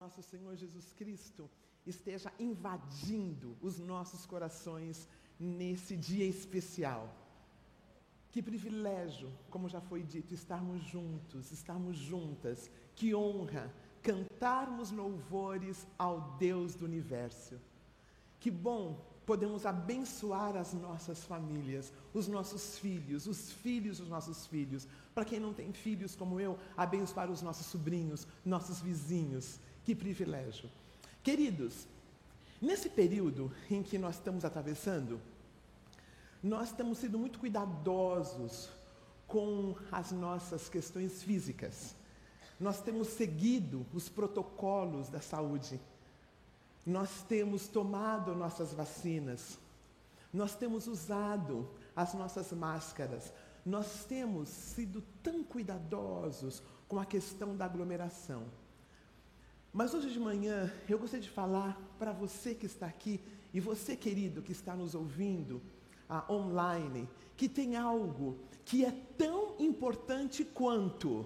nosso Senhor Jesus Cristo esteja invadindo os nossos corações nesse dia especial. Que privilégio, como já foi dito, estarmos juntos, estarmos juntas. Que honra cantarmos louvores ao Deus do universo. Que bom podemos abençoar as nossas famílias, os nossos filhos, os filhos dos nossos filhos. Para quem não tem filhos como eu, abençoar os nossos sobrinhos, nossos vizinhos. Que privilégio. Queridos, nesse período em que nós estamos atravessando, nós temos sido muito cuidadosos com as nossas questões físicas. Nós temos seguido os protocolos da saúde. Nós temos tomado nossas vacinas. Nós temos usado as nossas máscaras. Nós temos sido tão cuidadosos com a questão da aglomeração. Mas hoje de manhã eu gostaria de falar para você que está aqui e você, querido, que está nos ouvindo online, que tem algo que é tão importante quanto,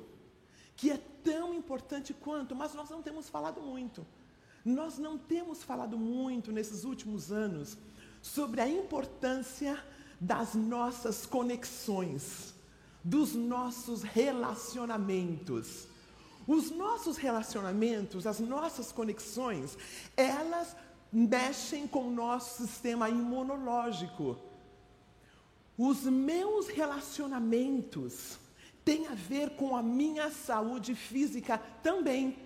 mas nós não temos falado muito. Nós não temos falado muito nesses últimos anos sobre a importância das nossas conexões, dos nossos relacionamentos. Os nossos relacionamentos, as nossas conexões, elas mexem com o nosso sistema imunológico. Os meus relacionamentos têm a ver com a minha saúde física também.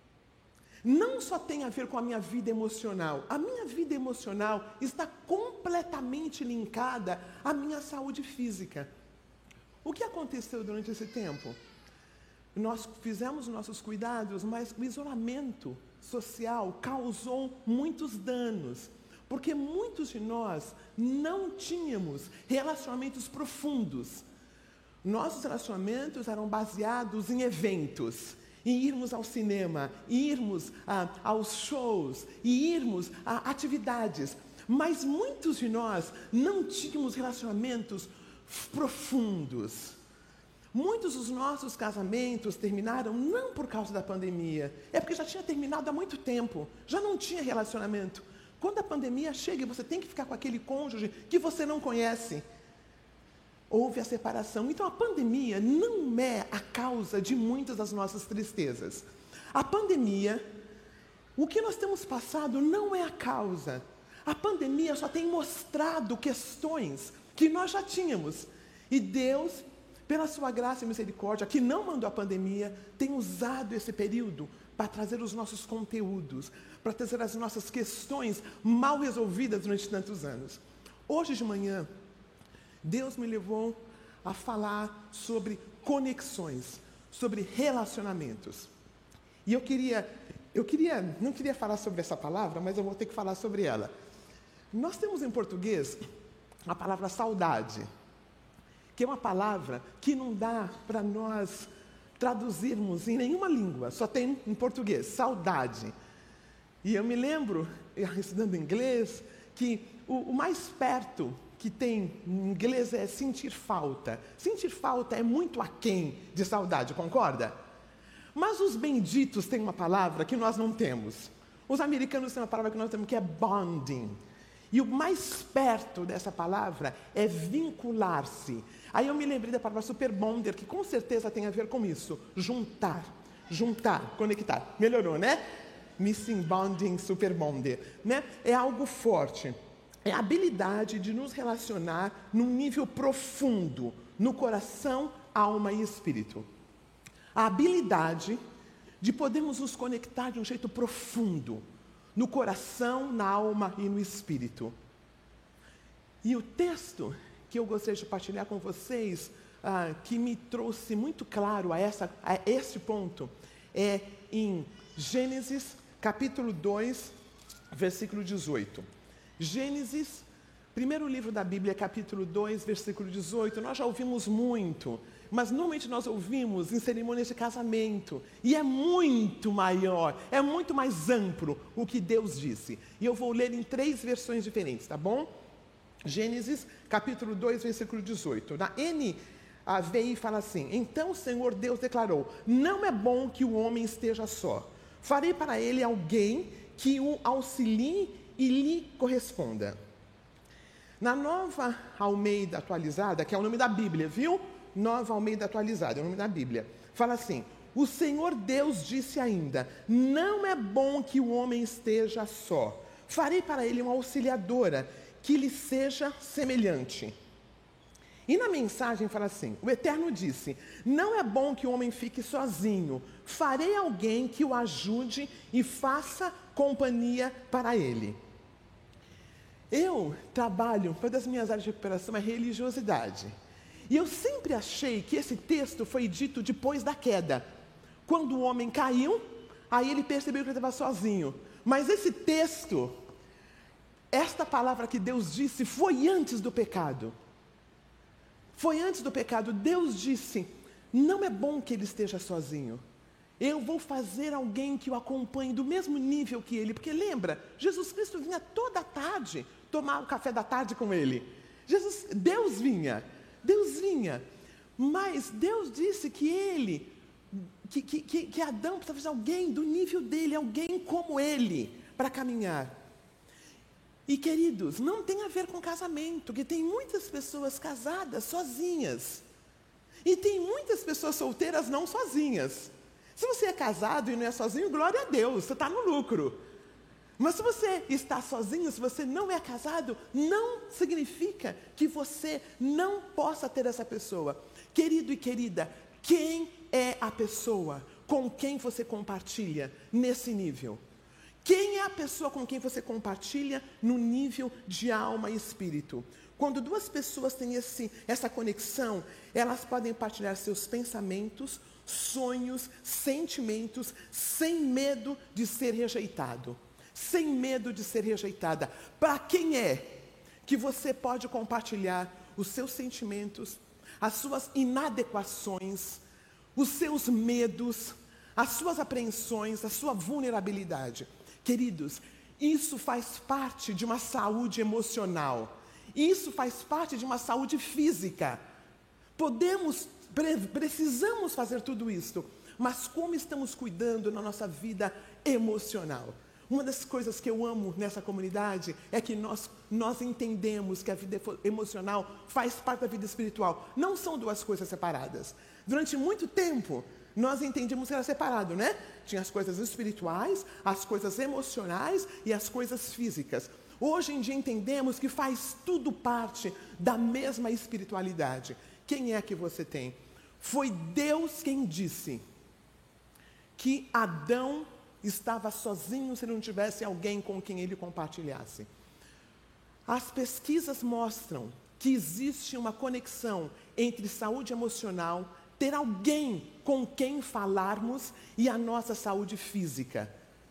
Não só tem a ver com a minha vida emocional. A minha vida emocional está completamente linkada à minha saúde física. O que aconteceu durante esse tempo? Nós fizemos nossos cuidados, mas o isolamento social causou muitos danos. Porque muitos de nós não tínhamos relacionamentos profundos. Nossos relacionamentos eram baseados em eventos. Em irmos ao cinema, irmos aos shows, e irmos a atividades. Mas muitos de nós não tínhamos relacionamentos profundos. Muitos dos nossos casamentos terminaram não por causa da pandemia, é porque já tinha terminado há muito tempo, já não tinha relacionamento. Quando a pandemia chega e você tem que ficar com aquele cônjuge que você não conhece, houve a separação. Então a pandemia não é a causa de muitas das nossas tristezas. A pandemia, o que nós temos passado não é a causa. A pandemia só tem mostrado questões que nós já tínhamos. E Deus, pela sua graça e misericórdia, que não mandou a pandemia, tem usado esse período para trazer os nossos conteúdos, para trazer as nossas questões mal resolvidas durante tantos anos. Hoje de manhã, Deus me levou a falar sobre conexões, sobre relacionamentos. E não queria falar sobre essa palavra, mas eu vou ter que falar sobre ela. Nós temos em português a palavra saudade, que é uma palavra que não dá para nós traduzirmos em nenhuma língua, só tem em português, saudade. E eu me lembro, estudando inglês, que o mais perto que tem em inglês é sentir falta. Sentir falta é muito aquém de saudade, concorda? Mas os benditos têm uma palavra que nós não temos. Os americanos têm uma palavra que nós temos, que é bonding. E o mais perto dessa palavra é vincular-se. Aí eu me lembrei da palavra superbonder, que com certeza tem a ver com isso. Juntar, conectar. Melhorou, né? Missing bonding, superbonder, né? É algo forte. É a habilidade de nos relacionar num nível profundo, no coração, alma e espírito. A habilidade de podermos nos conectar de um jeito profundo, no coração, na alma e no espírito. E o texto que eu gostaria de partilhar com vocês, que me trouxe muito claro a esse ponto, é em Gênesis, capítulo 2, versículo 18. Gênesis, primeiro livro da Bíblia, capítulo 2, versículo 18, nós já ouvimos muito, mas normalmente nós ouvimos em cerimônias de casamento, e é muito maior, é muito mais amplo o que Deus disse. E eu vou ler em 3 versões diferentes, tá bom? Gênesis, capítulo 2, versículo 18. Na NVI fala assim: então o Senhor Deus declarou, não é bom que o homem esteja só. Farei para ele alguém que o auxilie e lhe corresponda. Na Nova Almeida Atualizada, que é o nome da Bíblia, viu? Nova Almeida Atualizada, é o nome da Bíblia. Fala assim: o Senhor Deus disse ainda, não é bom que o homem esteja só. Farei para ele uma auxiliadora que lhe seja semelhante. E na mensagem fala assim: o Eterno disse, não é bom que o homem fique sozinho. Farei alguém que o ajude e faça companhia para ele. Eu trabalho, uma das minhas áreas de recuperação é religiosidade. E eu sempre achei que esse texto foi dito depois da queda. Quando o homem caiu, aí ele percebeu que ele estava sozinho. Mas esse texto, esta palavra que Deus disse, foi antes do pecado. Foi antes do pecado. Deus disse, não é bom que ele esteja sozinho. Eu vou fazer alguém que o acompanhe do mesmo nível que ele. Porque lembra, Jesus Cristo vinha toda tarde tomar o café da tarde com ele. Deus vinha. Mas Deus disse que que Adão precisava de alguém do nível dele, alguém como ele, para caminhar. E queridos, não tem a ver com casamento, que tem muitas pessoas casadas sozinhas. E tem muitas pessoas solteiras não sozinhas. Se você é casado e não é sozinho, glória a Deus, você está no lucro. Mas se você está sozinho, se você não é casado, não significa que você não possa ter essa pessoa. Querido e querida, quem é a pessoa com quem você compartilha nesse nível? Quem é a pessoa com quem você compartilha no nível de alma e espírito? Quando duas pessoas têm essa conexão, elas podem partilhar seus pensamentos, sonhos, sentimentos, sem medo de ser rejeitado. Sem medo de ser rejeitada. Para quem é que você pode compartilhar os seus sentimentos, as suas inadequações, os seus medos, as suas apreensões, a sua vulnerabilidade? Queridos, isso faz parte de uma saúde emocional. Isso faz parte de uma saúde física. Precisamos fazer tudo isso. Mas como estamos cuidando na nossa vida emocional? Uma das coisas que eu amo nessa comunidade é que nós entendemos que a vida emocional faz parte da vida espiritual. Não são duas coisas separadas. Durante muito tempo, nós entendíamos que era separado, né? Tinha as coisas espirituais, as coisas emocionais e as coisas físicas. Hoje em dia entendemos que faz tudo parte da mesma espiritualidade. Quem é que você tem? Foi Deus quem disse que Adão estava sozinho se não tivesse alguém com quem ele compartilhasse. As pesquisas mostram que existe uma conexão entre saúde emocional, ter alguém com quem falarmos, e a nossa saúde física.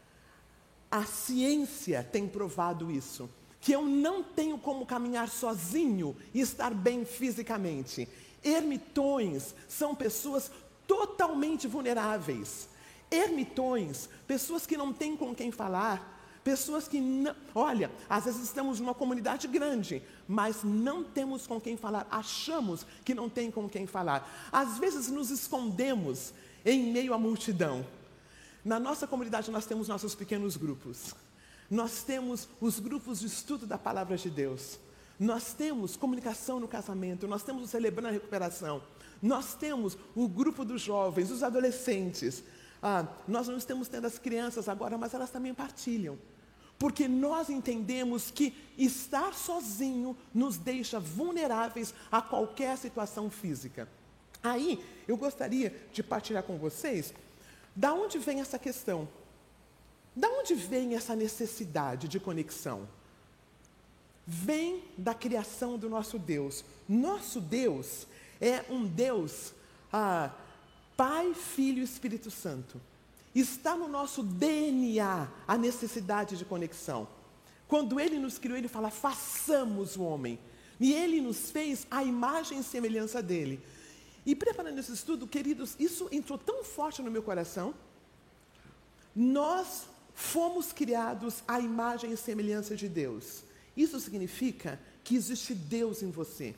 A ciência tem provado isso, que eu não tenho como caminhar sozinho e estar bem fisicamente. Ermitões são pessoas totalmente vulneráveis. Ermitões, pessoas que não têm com quem falar, pessoas que não... Olha, às vezes estamos numa comunidade grande, mas não temos com quem falar, achamos que não tem com quem falar. Às vezes nos escondemos em meio à multidão. Na nossa comunidade nós temos nossos pequenos grupos. Nós temos os grupos de estudo da Palavra de Deus. Nós temos comunicação no casamento, nós temos o Celebrando a Recuperação. Nós temos o grupo dos jovens, os adolescentes. Nós não estamos tendo as crianças agora, mas elas também partilham. Porque nós entendemos que estar sozinho nos deixa vulneráveis a qualquer situação física. Aí, eu gostaria de partilhar com vocês, da onde vem essa questão? Da onde vem essa necessidade de conexão? Vem da criação do nosso Deus. Nosso Deus é um Deus... Pai, Filho e Espírito Santo. Está no nosso DNA a necessidade de conexão. Quando Ele nos criou, Ele fala, façamos o homem. E Ele nos fez à imagem e semelhança dEle. E preparando esse estudo, queridos, isso entrou tão forte no meu coração. Nós fomos criados à imagem e semelhança de Deus. Isso significa que existe Deus em você.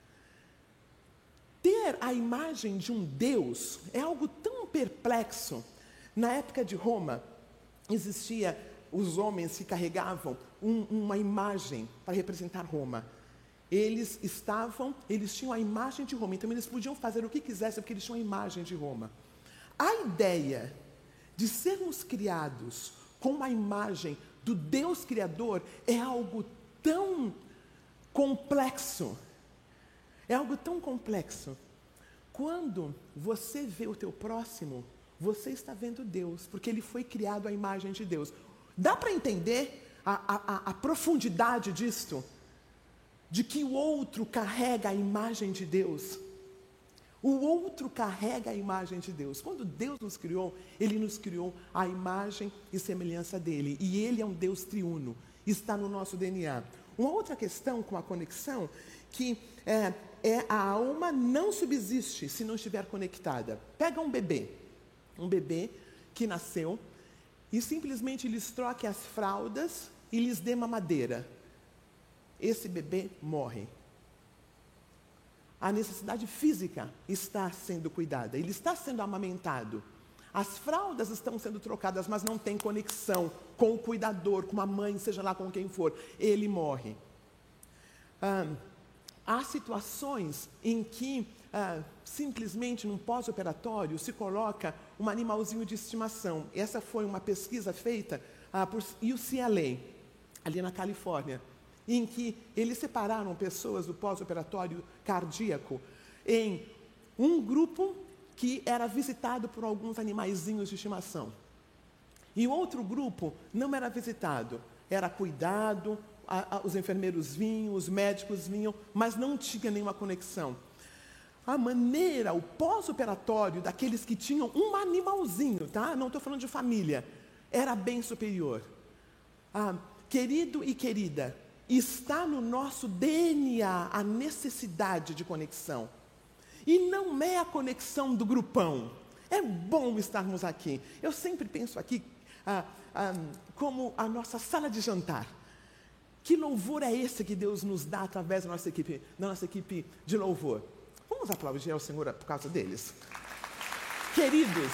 Ter a imagem de um Deus é algo tão perplexo. Na época de Roma, existia os homens que carregavam uma imagem para representar Roma. Eles tinham a imagem de Roma, então eles podiam fazer o que quisessem, porque eles tinham a imagem de Roma. A ideia de sermos criados com a imagem do Deus Criador é algo tão complexo. É algo tão complexo. Quando você vê o teu próximo, você está vendo Deus, porque ele foi criado à imagem de Deus. Dá para entender a profundidade disto? De que o outro carrega a imagem de Deus. O outro carrega a imagem de Deus. Quando Deus nos criou, Ele nos criou à imagem e semelhança dEle. E Ele é um Deus triuno, está no nosso DNA. Uma outra questão com a conexão, que a alma não subsiste se não estiver conectada. Pega um bebê que nasceu, e simplesmente lhes troque as fraldas e lhes dê mamadeira. Esse bebê morre. A necessidade física está sendo cuidada, ele está sendo amamentado. As fraldas estão sendo trocadas, mas não tem conexão com o cuidador, com a mãe, seja lá com quem for. Ele morre. Há situações em que simplesmente num pós-operatório se coloca um animalzinho de estimação. Essa foi uma pesquisa feita por UCLA, ali na Califórnia, em que eles separaram pessoas do pós-operatório cardíaco em um grupo que era visitado por alguns animaizinhos de estimação. E o outro grupo não era visitado, era cuidado, os enfermeiros vinham, os médicos vinham, mas não tinha nenhuma conexão. A maneira, o pós-operatório daqueles que tinham um animalzinho, tá? Não estou falando de família, era bem superior. Querido e querida, está no nosso DNA a necessidade de conexão. E não é a conexão do grupão. É bom estarmos aqui. Eu sempre penso aqui como a nossa sala de jantar. Que louvor é esse que Deus nos dá através da nossa equipe de louvor? Vamos aplaudir ao Senhor por causa deles. Queridos,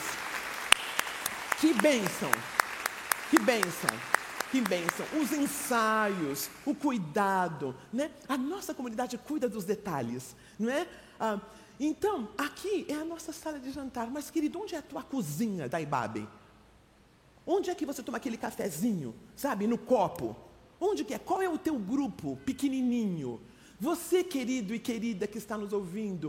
que bênção, que bênção. Que bênção, os ensaios, o cuidado, né? A nossa comunidade cuida dos detalhes, não é? Então, aqui é a nossa sala de jantar, mas querido, onde é a tua cozinha da IBAB? Onde é que você toma aquele cafezinho, sabe, no copo? Onde que é? Qual é o teu grupo pequenininho? Você, querido e querida que está nos ouvindo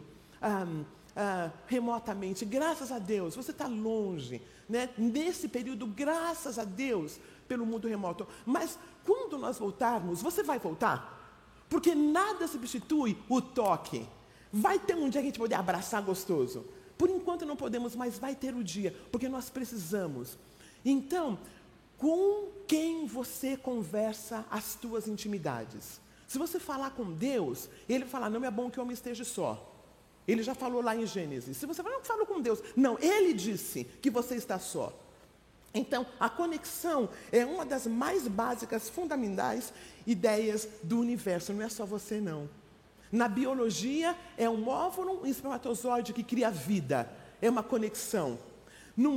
remotamente, graças a Deus, você está longe, né? Nesse período, graças a Deus, pelo mundo remoto. Mas quando nós voltarmos, você vai voltar? Porque nada substitui o toque. Vai ter um dia que a gente poder abraçar gostoso. Por enquanto não podemos, mas vai ter o dia, porque nós precisamos. Então, com quem você conversa as tuas intimidades? Se você falar com Deus, Ele vai falar, não é bom que o homem esteja só. Ele já falou lá em Gênesis. Se você falar, não falo com Deus. Não, Ele disse que você está só. Então, a conexão é uma das mais básicas, fundamentais ideias do universo. Não é só você, não. Na biologia, é um óvulo, um espermatozoide que cria vida. É uma conexão. No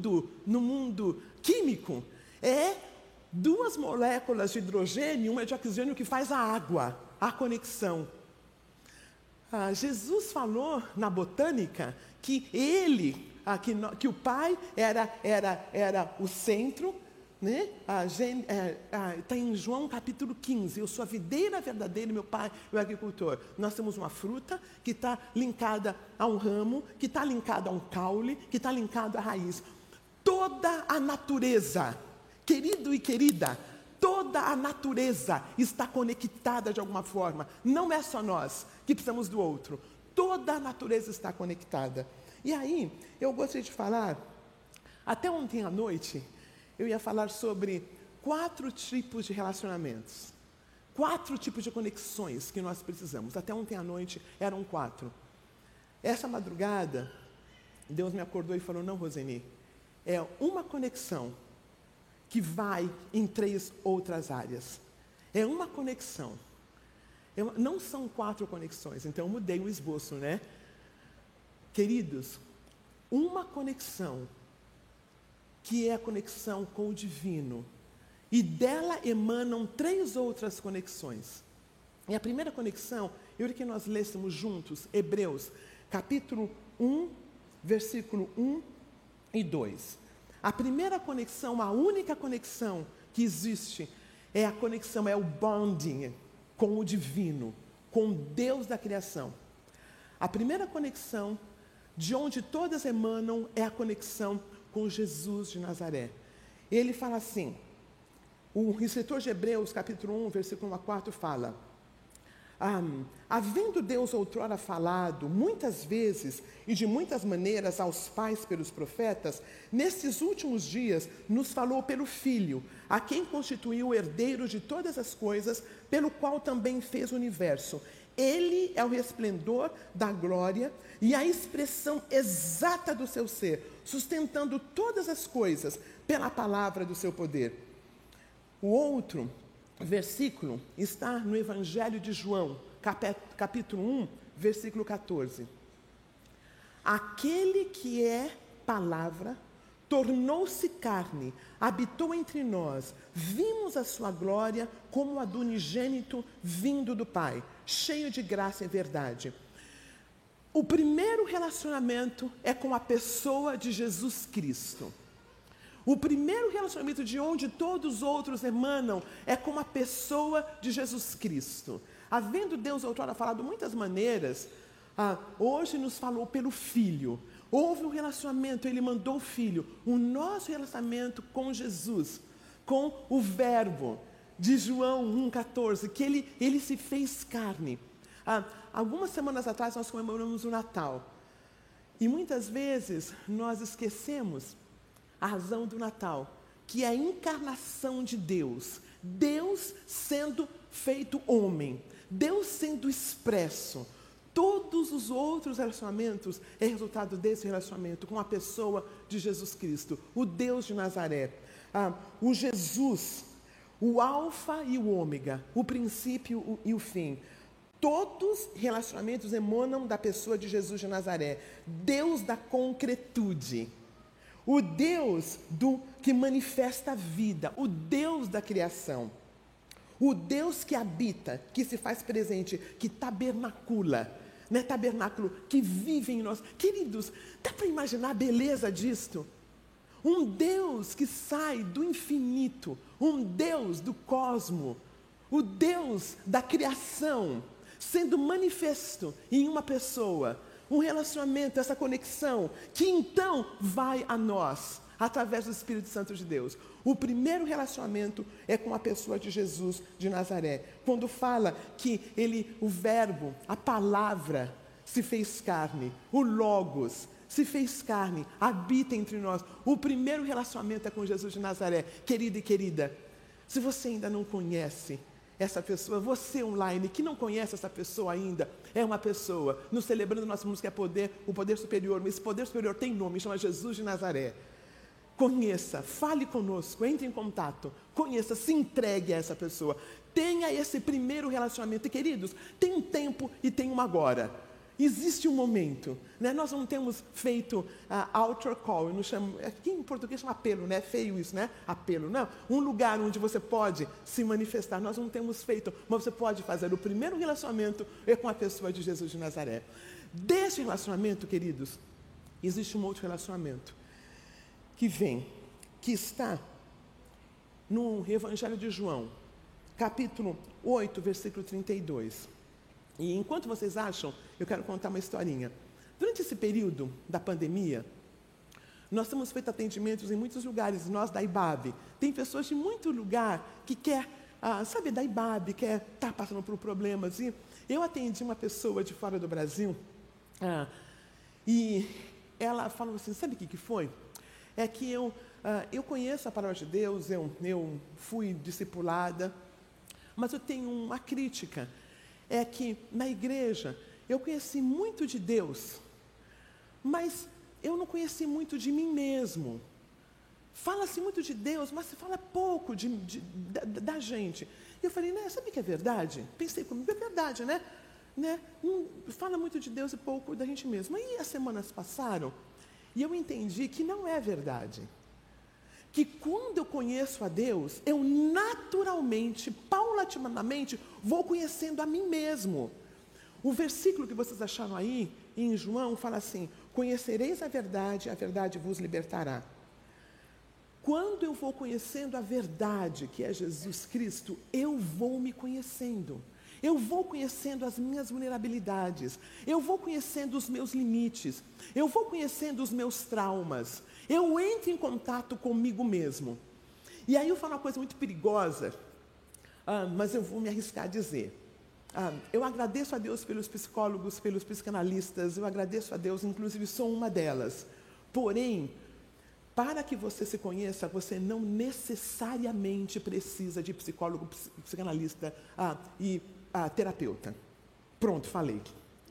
mundo químico, é duas moléculas de hidrogênio e uma de oxigênio que faz a água, a conexão. Jesus falou na botânica que que o Pai era o centro, né? Está em João capítulo 15, eu sou a videira verdadeira e meu Pai é o agricultor. Nós temos uma fruta que está linkada a um ramo, que está linkada a um caule, que está linkada à raiz. Toda a natureza, querido e querida, toda a natureza está conectada de alguma forma. Não é só nós que precisamos do outro. Toda a natureza está conectada. E aí, eu gostaria de falar, até ontem à noite, eu ia falar sobre 4 tipos de relacionamentos. 4 tipos de conexões que nós precisamos. Até ontem à noite eram 4. Essa madrugada, Deus me acordou e falou, não, Roseni, é uma conexão que vai em 3 outras áreas. É uma conexão. Não são 4 conexões, então eu mudei o esboço, né? Queridos, uma conexão que é a conexão com o divino. E dela emanam 3 outras conexões. E a primeira conexão, eu queria que nós lêssemos juntos Hebreus, capítulo 1, versículo 1 e 2. A primeira conexão, a única conexão que existe, é a conexão, é o bonding com o divino, com Deus da criação. A primeira conexão, de onde todas emanam, é a conexão com Jesus de Nazaré. Ele fala assim, o escritor de Hebreus, capítulo 1, versículo 1 a 4, fala: havendo Deus outrora falado muitas vezes e de muitas maneiras aos pais pelos profetas, nestes últimos dias nos falou pelo Filho, a quem constituiu o herdeiro de todas as coisas, pelo qual também fez o universo. Ele é o resplendor da glória e a expressão exata do seu ser, sustentando todas as coisas pela palavra do seu poder. O outro versículo está no Evangelho de João, capítulo 1, versículo 14. Aquele que é palavra tornou-se carne, habitou entre nós, vimos a sua glória como a do unigênito vindo do Pai, cheio de graça e verdade. O primeiro relacionamento é com a pessoa de Jesus Cristo. O primeiro relacionamento, de onde todos os outros emanam, é com a pessoa de Jesus Cristo. Havendo Deus outrora falado de muitas maneiras, hoje nos falou pelo Filho. Houve um relacionamento, Ele mandou o Filho. O nosso relacionamento com Jesus, com o Verbo, de João 1,14, que ele se fez carne. Algumas semanas atrás nós comemoramos o Natal. E muitas vezes nós esquecemos a razão do Natal, que é a encarnação de Deus. Deus sendo feito homem, Deus sendo expresso. Todos os outros relacionamentos é resultado desse relacionamento com a pessoa de Jesus Cristo, o Deus de Nazaré. O Jesus, o alfa e o ômega, o princípio e o fim. Todos relacionamentos emanam da pessoa de Jesus de Nazaré, Deus da concretude. O Deus que manifesta a vida, o Deus da criação, o Deus que habita, que se faz presente, que tabernacula, né? Tabernáculo, que vive em nós. Queridos, dá para imaginar a beleza disto? Um Deus que sai do infinito, um Deus do cosmo, o Deus da criação, sendo manifesto em uma pessoa. Um relacionamento, essa conexão, que então vai a nós, através do Espírito Santo de Deus. O primeiro relacionamento é com a pessoa de Jesus de Nazaré. Quando fala que o Verbo, a palavra, se fez carne, o Logos se fez carne, habita entre nós. O primeiro relacionamento é com Jesus de Nazaré. Querido e querida, se você ainda não conhece essa pessoa, você online, que não conhece essa pessoa ainda, é uma pessoa, nos celebrando nossa música é poder, o poder superior, mas esse poder superior tem nome, chama Jesus de Nazaré. Conheça, fale conosco, entre em contato, conheça, se entregue a essa pessoa, tenha esse primeiro relacionamento. E queridos, tem um tempo e tem um agora. Existe um momento, né? Nós não temos feito altar call, aqui em português chama apelo, né? É feio isso, né? Apelo, não. Um lugar onde você pode se manifestar, nós não temos feito, mas você pode fazer. O primeiro relacionamento é com a pessoa de Jesus de Nazaré. Desse relacionamento, queridos, existe um outro relacionamento que está no Evangelho de João, capítulo 8, versículo 32. E enquanto vocês acham, eu quero contar uma historinha. Durante esse período da pandemia, nós temos feito atendimentos em muitos lugares, nós da IBAB. Tem pessoas de muito lugar que quer, da IBAB, quer estar passando por problemas. E eu atendi uma pessoa de fora do Brasil, e ela falou assim, sabe o que foi? É que eu conheço a palavra de Deus, eu fui discipulada, mas eu tenho uma crítica. É que na igreja eu conheci muito de Deus, mas eu não conheci muito de mim mesmo. Fala-se muito de Deus, mas se fala pouco da gente. E eu falei, né, sabe que é verdade? Pensei comigo, é verdade, né? Fala muito de Deus e pouco da gente mesmo. Aí as semanas passaram e eu entendi que não é verdade. que quando eu conheço a Deus, eu naturalmente, paulatinamente, vou conhecendo a mim mesmo. O versículo que vocês acharam aí, em João, fala assim: conhecereis a verdade vos libertará. Quando eu vou conhecendo a verdade, que é Jesus Cristo, eu vou me conhecendo. Eu vou conhecendo as minhas vulnerabilidades. Eu vou conhecendo os meus limites. Eu vou conhecendo os meus traumas. Eu entro em contato comigo mesmo. E aí eu falo uma coisa muito perigosa, mas eu vou me arriscar a dizer. Eu agradeço a Deus pelos psicólogos, pelos psicanalistas. Eu agradeço a Deus, inclusive sou uma delas. Porém, para que você se conheça, você não necessariamente precisa de psicólogo, psicanalista e terapeuta. Pronto, falei.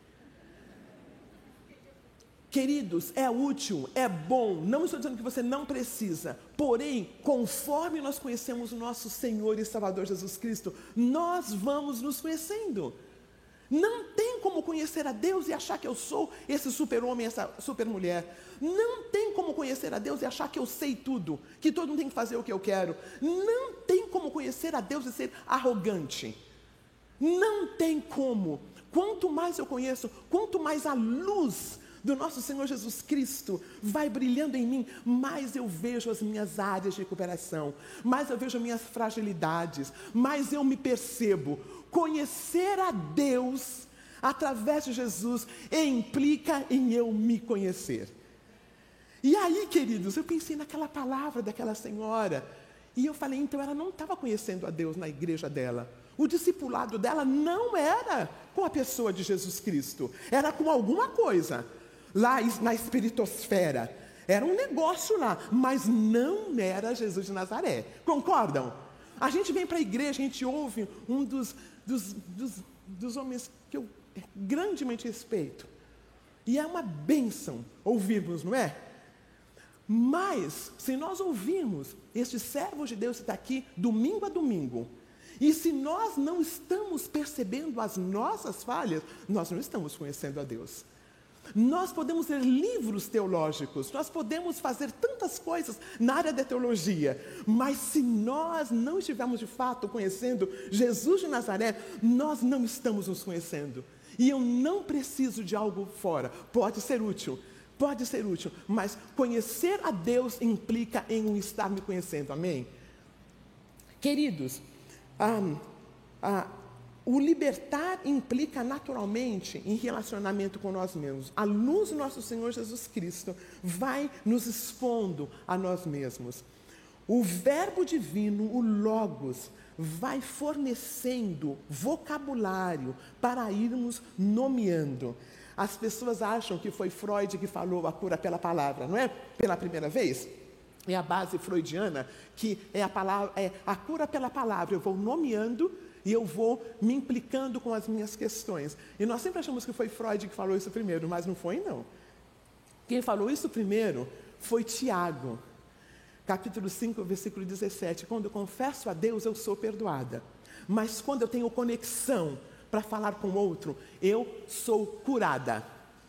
Queridos, é útil, é bom, não estou dizendo que você não precisa, porém, conforme nós conhecemos o nosso Senhor e Salvador Jesus Cristo, nós vamos nos conhecendo. Não tem como conhecer a Deus e achar que eu sou esse super-homem, essa super-mulher. Não tem como conhecer a Deus e achar que eu sei tudo, que todo mundo tem que fazer o que eu quero. Não tem como conhecer a Deus e ser arrogante. Não tem como. Quanto mais eu conheço, quanto mais a luz do nosso Senhor Jesus Cristo vai brilhando em mim, mais eu vejo as minhas áreas de recuperação, mais eu vejo as minhas fragilidades, mais eu me percebo. Conhecer a Deus através de Jesus implica em eu me conhecer. E aí, queridos, eu pensei naquela palavra daquela senhora, e eu falei, então ela não estava conhecendo a Deus na igreja dela. O discipulado dela não era com a pessoa de Jesus Cristo, era com alguma coisa lá na espiritosfera. Era um negócio lá, mas não era Jesus de Nazaré. Concordam? A gente vem para a igreja, a gente ouve um dos homens que eu grandemente respeito. E é uma bênção ouvirmos, não é? Mas, se nós ouvirmos este servo de Deus que está aqui domingo a domingo, e se nós não estamos percebendo as nossas falhas, nós não estamos conhecendo a Deus. Nós podemos ler livros teológicos, nós podemos fazer tantas coisas na área da teologia, mas se nós não estivermos de fato conhecendo Jesus de Nazaré, nós não estamos nos conhecendo. E eu não preciso de algo fora, pode ser útil, mas conhecer a Deus implica em um estar me conhecendo, amém? Queridos, o libertar implica naturalmente em relacionamento com nós mesmos. A luz do nosso Senhor Jesus Cristo vai nos expondo a nós mesmos. O verbo divino, o Logos, vai fornecendo vocabulário para irmos nomeando. As pessoas acham que foi Freud que falou a cura pela palavra, não é? Pela primeira vez. É a base freudiana, que é a cura pela palavra. Eu vou nomeando e eu vou me implicando com as minhas questões. E nós sempre achamos que foi Freud que falou isso primeiro, mas não foi, não. Quem falou isso primeiro foi Tiago, capítulo 5, versículo 17. Quando eu confesso a Deus, eu sou perdoada. Mas quando eu tenho conexão para falar com outro, eu sou curada.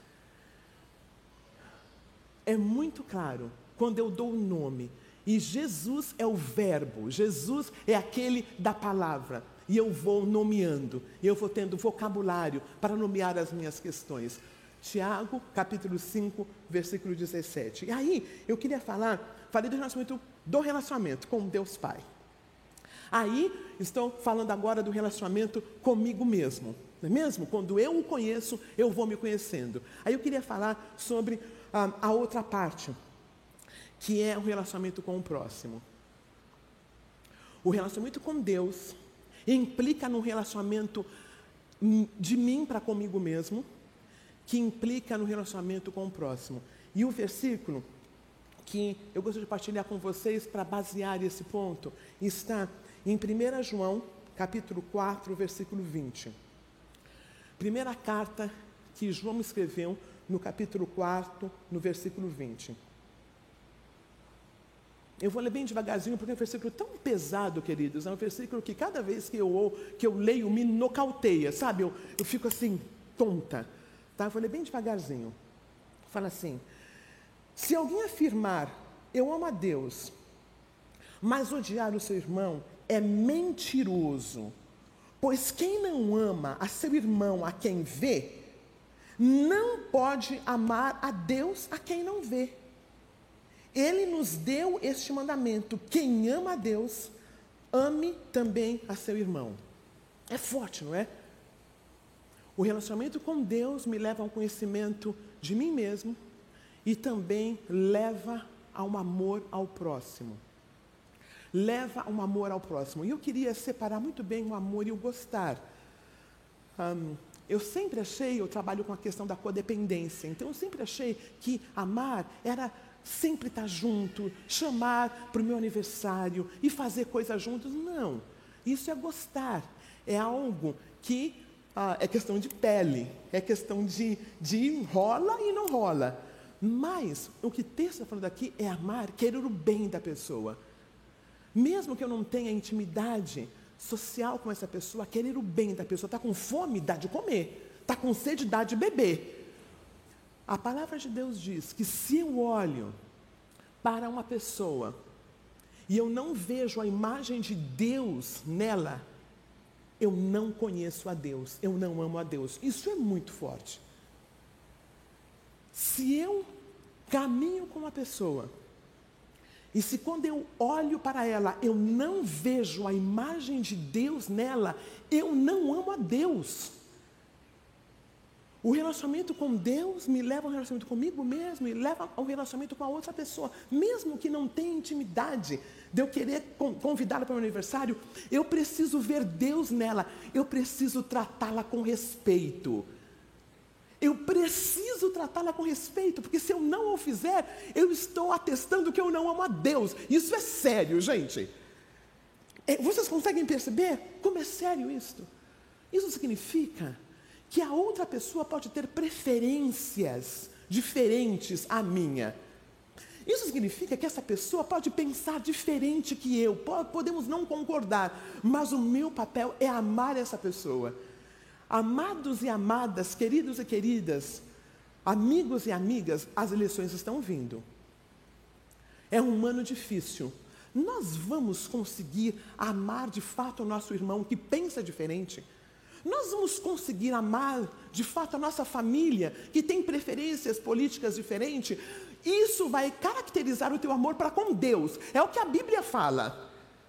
É muito claro, quando eu dou o nome, e Jesus é o verbo, Jesus é aquele da palavra, e eu vou nomeando, e eu vou tendo vocabulário para nomear as minhas questões. Tiago, capítulo 5, versículo 17. E aí, eu queria falei do relacionamento com Deus Pai. Aí, estou falando agora do relacionamento comigo mesmo, não é mesmo? Quando eu o conheço, eu vou me conhecendo. Aí eu queria falar sobre a outra parte, que é o relacionamento com o próximo. O relacionamento com Deus implica no relacionamento de mim para comigo mesmo, que implica no relacionamento com o próximo. E o versículo que eu gostaria de partilhar com vocês para basear esse ponto está em 1 João, capítulo 4, versículo 20. Primeira carta que João escreveu no capítulo 4, no versículo 20. Eu vou ler bem devagarzinho, porque é um versículo tão pesado, queridos. É um versículo que cada vez que eu leio, me nocauteia, sabe? Eu fico assim, tonta. Tá? Eu vou ler bem devagarzinho. Fala assim: se alguém afirmar, eu amo a Deus, Mas odiar o seu irmão é mentiroso. Pois quem não ama a seu irmão a quem vê, não pode amar a Deus a quem não vê. Ele nos deu este mandamento: quem ama a Deus, ame também a seu irmão. É forte, não é? O relacionamento com Deus me leva a um conhecimento de mim mesmo e também leva a um amor ao próximo. Leva a um amor ao próximo. E eu queria separar muito bem o amor e o gostar. Eu sempre achei, eu trabalho com a questão da codependência, então eu sempre achei que amar era sempre estar junto, chamar para o meu aniversário e fazer coisas juntos. Não, isso é gostar, é algo que é questão de pele, é questão de rola e não rola. Mas o que o texto está falando aqui é amar, querer o bem da pessoa. Mesmo que eu não tenha intimidade social com essa pessoa, querer o bem da pessoa. Está com fome, dá de comer. Está com sede, dá de beber. A palavra de Deus diz que se eu olho para uma pessoa e eu não vejo a imagem de Deus nela, eu não conheço a Deus, eu não amo a Deus. Isso é muito forte. Se eu caminho com uma pessoa, e se quando eu olho para ela, eu não vejo a imagem de Deus nela, eu não amo a Deus. O relacionamento com Deus me leva ao relacionamento comigo mesmo e leva ao relacionamento com a outra pessoa. Mesmo que não tenha intimidade de eu querer convidá-la para o meu aniversário, eu preciso ver Deus nela, eu preciso tratá-la com respeito. Eu preciso tratá-la com respeito, porque se eu não o fizer, eu estou atestando que eu não amo a Deus. Isso é sério, gente. Vocês conseguem perceber como é sério isto? Isso significa que a outra pessoa pode ter preferências diferentes à minha. Isso significa que essa pessoa pode pensar diferente que eu. Podemos não concordar, mas o meu papel é amar essa pessoa. Amados e amadas, queridos e queridas, amigos e amigas, as eleições estão vindo. É um ano difícil. Nós vamos conseguir amar de fato o nosso irmão que pensa diferente? Nós vamos conseguir amar de fato a nossa família que tem preferências políticas diferentes? Isso vai caracterizar o teu amor para com Deus. É o que a Bíblia fala.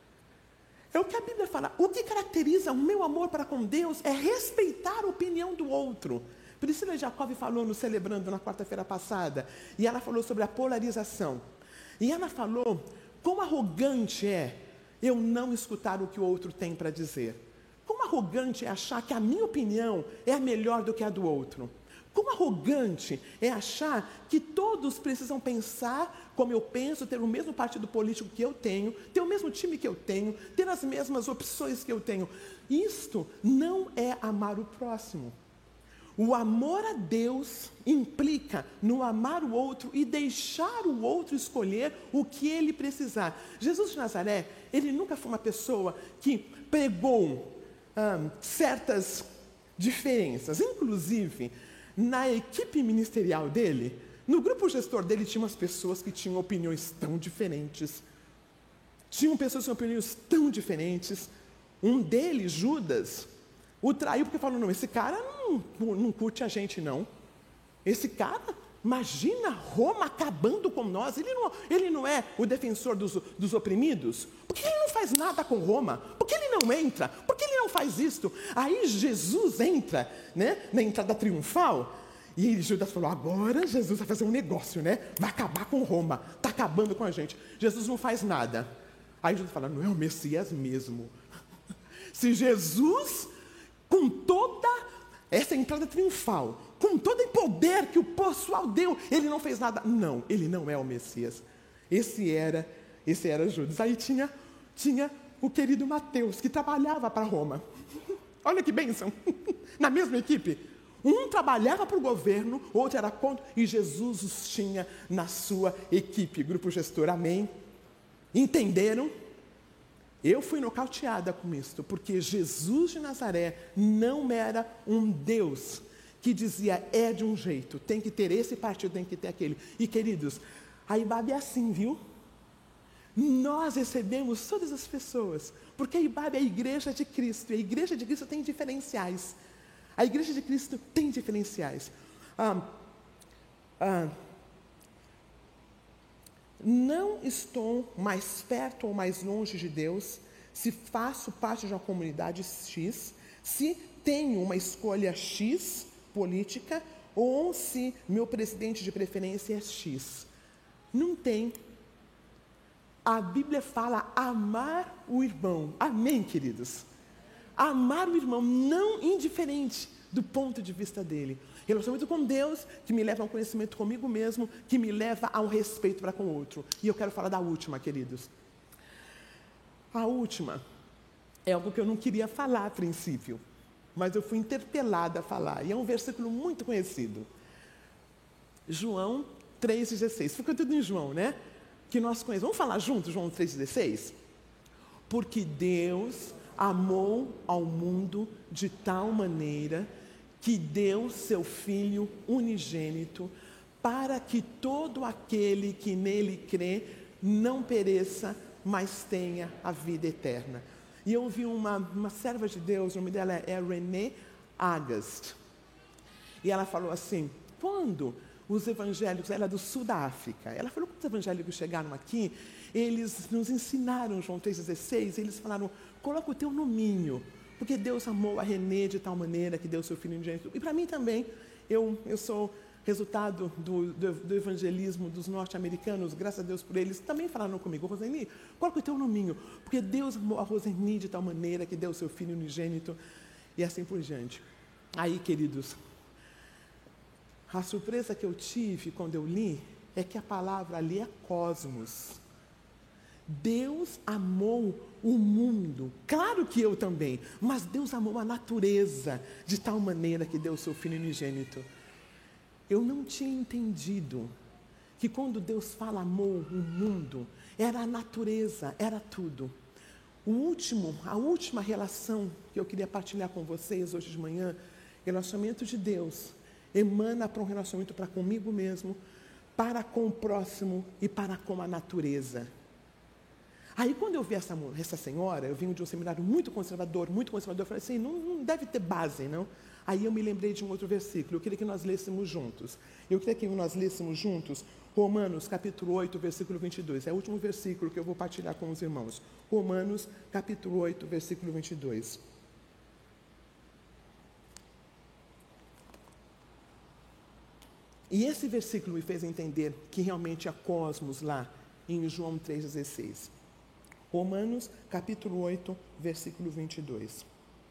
É o que a Bíblia fala. O que caracteriza o meu amor para com Deus é respeitar a opinião do outro. Priscila Jacob falou no Celebrando na quarta-feira passada, e ela falou sobre a polarização. E ela falou quão arrogante é eu não escutar o que o outro tem para dizer. Quão arrogante é achar que a minha opinião é melhor do que a do outro. Quão arrogante é achar que todos precisam pensar como eu penso, ter o mesmo partido político que eu tenho, ter o mesmo time que eu tenho, ter as mesmas opções que eu tenho. Isto não é amar o próximo. O amor a Deus implica no amar o outro e deixar o outro escolher o que ele precisar. Jesus de Nazaré, ele nunca foi uma pessoa que pregou certas diferenças. Inclusive, na equipe ministerial dele, no grupo gestor dele, tinha umas pessoas que tinham opiniões tão diferentes. Tinham pessoas com opiniões tão diferentes. Um deles, Judas, o traiu porque falou, não, esse cara não curte a gente, não. Esse cara, imagina Roma acabando com nós. Ele não é o defensor dos oprimidos? Por que ele não faz nada com Roma? Por que ele não entra? Por que ele não faz isto? Aí Jesus entra, né, na entrada triunfal. E Judas falou, agora Jesus vai fazer um negócio, né? Vai acabar com Roma. Está acabando com a gente. Jesus não faz nada. Aí Judas fala, não é o Messias mesmo. Se Jesus, com toda essa entrada triunfal, com todo o poder que o pessoal deu, ele não fez nada. Não, ele não é o Messias. Esse era Judas. Aí tinha o querido Mateus, que trabalhava para Roma. Olha que bênção. Na mesma equipe. Um trabalhava para o governo, outro era contra, e Jesus os tinha na sua equipe, grupo gestor, amém? Entenderam? Eu fui nocauteada com isto, porque Jesus de Nazaré não era um Deus que dizia, é de um jeito, tem que ter esse partido, tem que ter aquele. E queridos, a Ibabe é assim, viu? Nós recebemos todas as pessoas, porque a IBAB é a igreja de Cristo, e a igreja de Cristo tem diferenciais. A igreja de Cristo tem diferenciais. Não estou mais perto ou mais longe de Deus se faço parte de uma comunidade X, se tenho uma escolha X política, ou se meu presidente de preferência é X. Não tem. A Bíblia fala amar o irmão. Amém, queridos? Amar o irmão, não indiferente do ponto de vista dele. Relacionamento com Deus, que me leva a um conhecimento comigo mesmo, que me leva a um respeito para com o outro. E eu quero falar da última, queridos. A última é algo que eu não queria falar a princípio, mas eu fui interpelada a falar. E é um versículo muito conhecido. João 3,16. Fica tudo em João, né? Que nós conhecemos. Vamos falar juntos, João 3,16? Porque Deus amou ao mundo de tal maneira que deu seu Filho unigênito, para que todo aquele que nele crê não pereça, mas tenha a vida eterna. E eu ouvi uma serva de Deus, o nome dela é Renee Agast, e ela falou assim, quando os evangélicos, ela é do sul da África, ela falou que os evangélicos chegaram aqui, eles nos ensinaram João 3,16, eles falaram, coloca o teu nominho, porque Deus amou a Renê de tal maneira que deu seu Filho unigênito. E para mim também, eu sou resultado do evangelismo dos norte-americanos, graças a Deus por eles, também falaram comigo, Roseni, coloca o teu nominho, porque Deus amou a Roseni de tal maneira que deu seu Filho unigênito, e assim por diante. Aí, queridos, a surpresa que eu tive quando eu li, é que a palavra ali é cosmos. Deus amou o mundo, claro que eu também, mas Deus amou a natureza de tal maneira que deu o seu Filho unigênito. Eu não tinha entendido que quando Deus fala amou o mundo, era a natureza, era tudo. A última relação que eu queria partilhar com vocês hoje de manhã, relacionamento de Deus, emana para um relacionamento para comigo mesmo, para com o próximo e para com a natureza. Aí quando eu vi essa senhora, eu vim de um seminário muito conservador, eu falei assim, não deve ter base, não? Aí eu me lembrei de um outro versículo, eu queria que nós lêssemos juntos. Romanos capítulo 8, versículo 22. É o último versículo que eu vou partilhar com os irmãos. Romanos capítulo 8, versículo 22. E esse versículo me fez entender que realmente há cosmos lá em João 3,16. Romanos, capítulo 8, versículo 22.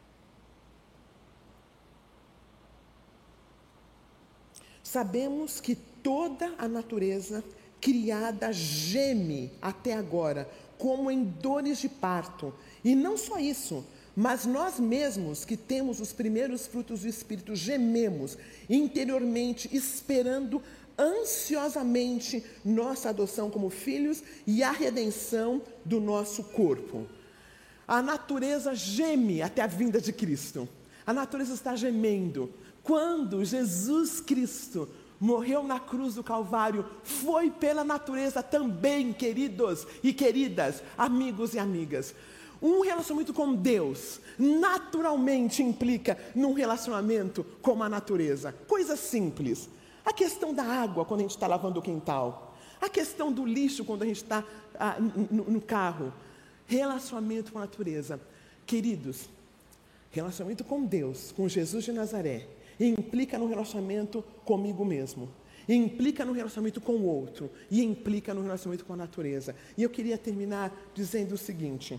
Sabemos que toda a natureza criada geme até agora, como em dores de parto. E não só isso, mas nós mesmos que temos os primeiros frutos do Espírito, gememos interiormente, esperando ansiosamente nossa adoção como filhos e a redenção do nosso corpo. A natureza geme até a vinda de Cristo. A natureza está gemendo. Quando Jesus Cristo morreu na cruz do Calvário, foi pela natureza também, queridos e queridas, amigos e amigas. Um relacionamento com Deus naturalmente implica num relacionamento com a natureza. Coisa simples. A questão da água quando a gente está lavando o quintal. A questão do lixo quando a gente está no carro. Relacionamento com a natureza. Queridos, relacionamento com Deus, com Jesus de Nazaré, implica no relacionamento comigo mesmo. Implica no relacionamento com o outro. E implica no relacionamento com a natureza. E eu queria terminar dizendo o seguinte.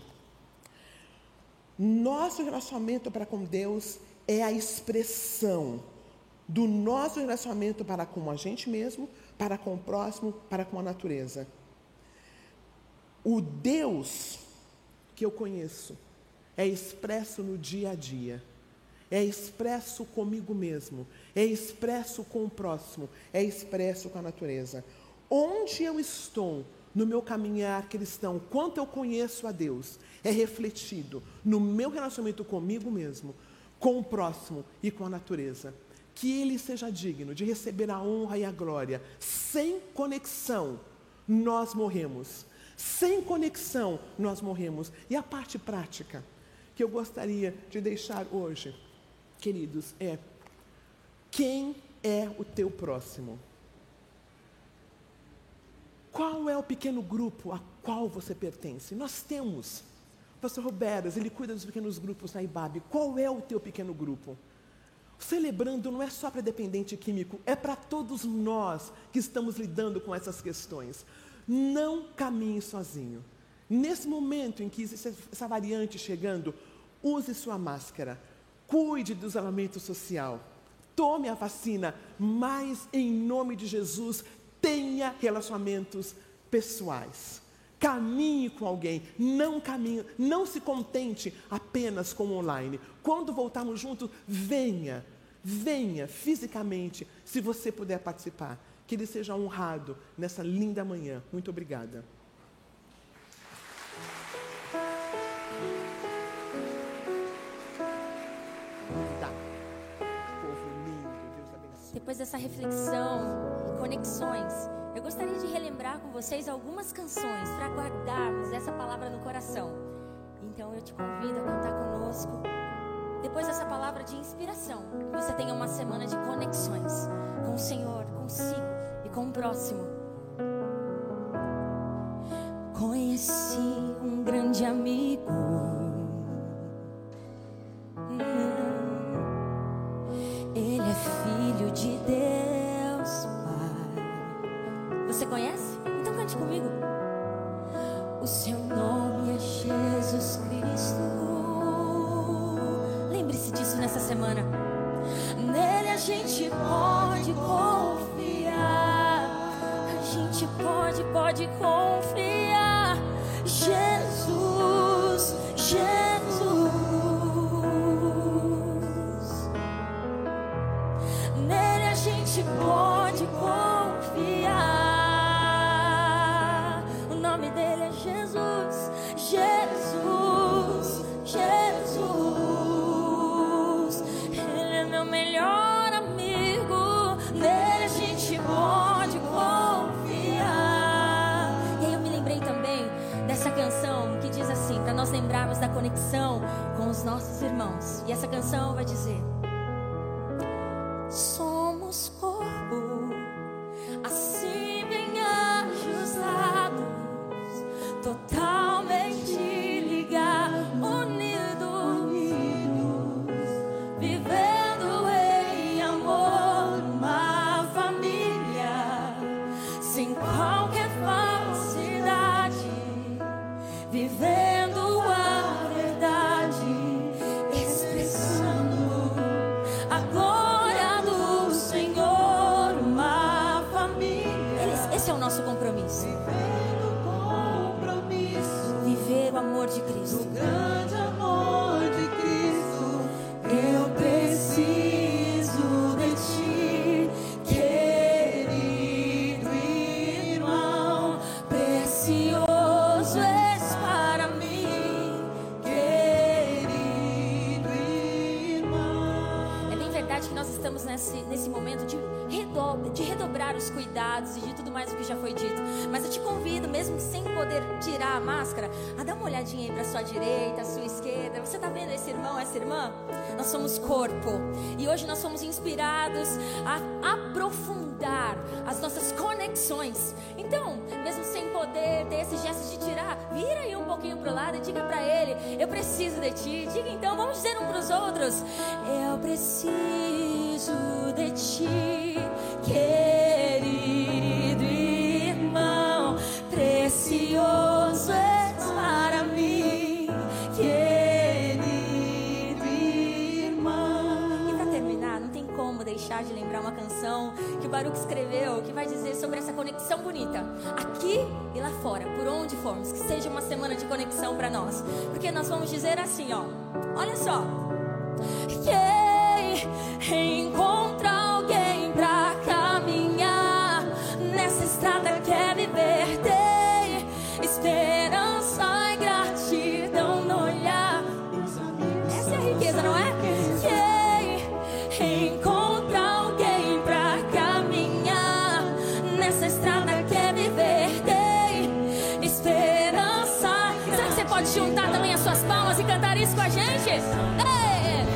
Nosso relacionamento para com Deus é a expressão do nosso relacionamento para com a gente mesmo, para com o próximo, para com a natureza. O Deus que eu conheço é expresso no dia a dia, é expresso comigo mesmo, é expresso com o próximo, é expresso com a natureza. Onde eu estou no meu caminhar cristão, quanto eu conheço a Deus, é refletido no meu relacionamento comigo mesmo, com o próximo e com a natureza. Que Ele seja digno de receber a honra e a glória. Sem conexão, nós morremos. Sem conexão, nós morremos. E a parte prática que eu gostaria de deixar hoje, queridos, é: quem é o teu próximo? Qual é o pequeno grupo a qual você pertence? Nós temos o pastor Robertas, ele cuida dos pequenos grupos na IBAB. Qual é o teu pequeno grupo? Celebrando não é só para dependente químico, é para todos nós que estamos lidando com essas questões. Não caminhe sozinho. Nesse momento em que existe essa variante chegando, use sua máscara, cuide do isolamento social, tome a vacina, mas em nome de Jesus, tenha relacionamentos pessoais. Caminhe com alguém, não se contente apenas com o online. Quando voltarmos juntos, venha fisicamente, se você puder participar. Que ele seja honrado nessa linda manhã. Muito obrigada. Depois dessa reflexão e conexões, eu gostaria de relembrar com vocês algumas canções para guardarmos essa palavra no coração. Então eu te convido a cantar conosco. Depois dessa palavra de inspiração, que você tenha uma semana de conexões com o Senhor, consigo e com o próximo. Conheci um grande amigo. Ele é filho de Deus Pai. Você conhece? Então cante comigo. O seu nome é Jesus Cristo. Lembre-se disso nessa semana. Nele a gente pode confiar. A gente pode confiar. Jesus, Jesus. Nele a gente pode confiar. O nome dele é Jesus, Jesus, Jesus. Ele é meu melhor amigo. Nele a gente pode confiar. E aí eu me lembrei também dessa canção que diz assim, para nós lembrarmos da conexão com os nossos irmãos. E essa canção vai dizer: somos corpo, assim bem ajustados, totalmente ligados, unidos, vivendo em amor, uma família, sem qualquer falsidade, vivendo a verdade, expressando a glória do Senhor, uma família. Esse é o nosso compromisso. Viver o amor de Cristo. O grande amor de Cristo. Eu preciso de ti, querido irmão. Precioso és para mim, querido irmão. É bem verdade que nós estamos nesse momento de redobrar os cuidados e de tudo mais o que já foi dito. Mas eu te convido, mesmo sem poder tirar a máscara, a dar uma olhadinha aí para sua direita, à sua esquerda. Você está vendo esse irmão, essa irmã? Nós somos corpo. E hoje nós somos inspirados a aprofundar as nossas conexões. Então, mesmo sem poder ter esse gesto de tirar, vira aí um pouquinho para o lado e diga para ele: eu preciso de ti. Diga então, vamos dizer um para os outros: eu preciso de ti, querido irmão, precioso és para mim, querido irmão. E para terminar, não tem como deixar de lembrar uma canção que o Baruch escreveu, que vai dizer sobre essa conexão bonita, aqui e lá fora, por onde formos, que seja uma semana de conexão para nós, porque nós vamos dizer assim, ó, olha só: quem encontra alguém pra caminhar nessa estrada, quer viver, tem esperança e gratidão no olhar. Essa é a riqueza, não é? Quem encontra alguém pra caminhar nessa estrada, quer viver, tem esperança cantar isso com a gente? Ei!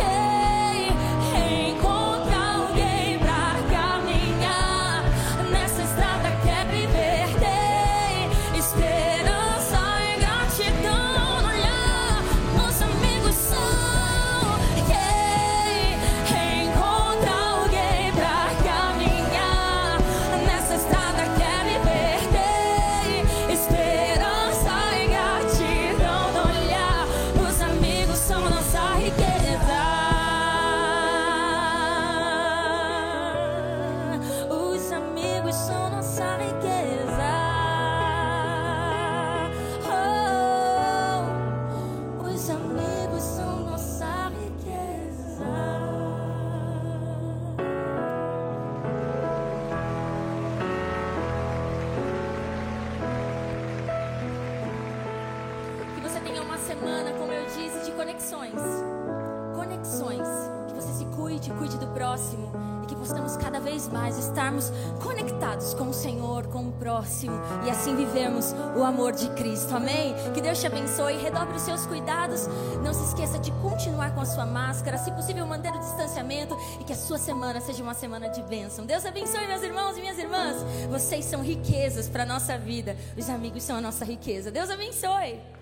Quem encontra alguém pra caminhar nessa estrada quer viver, tem esperança e gratidão no olhar. Os amigos são quem encontra alguém pra caminhar nessa estrada quer viver, tem esperança e gratidão no olhar. Os amigos são nossa riqueza. Os amigos são nossa riqueza. Oh, os amigos são nossa riqueza. Que você tenha uma semana, como eu disse, de conexões. Conexões. Que você se cuide, cuide do próximo. E que possamos cada vez mais estarmos conectados com o Senhor, com o próximo. E assim vivermos o amor de Cristo. Amém? Que Deus te abençoe. Redobre os seus cuidados. Não se esqueça de continuar com a sua máscara. Se possível, manter o distanciamento. E que a sua semana seja uma semana de bênção. Deus abençoe, meus irmãos e minhas irmãs. Vocês são riquezas para a nossa vida. Os amigos são a nossa riqueza. Deus abençoe.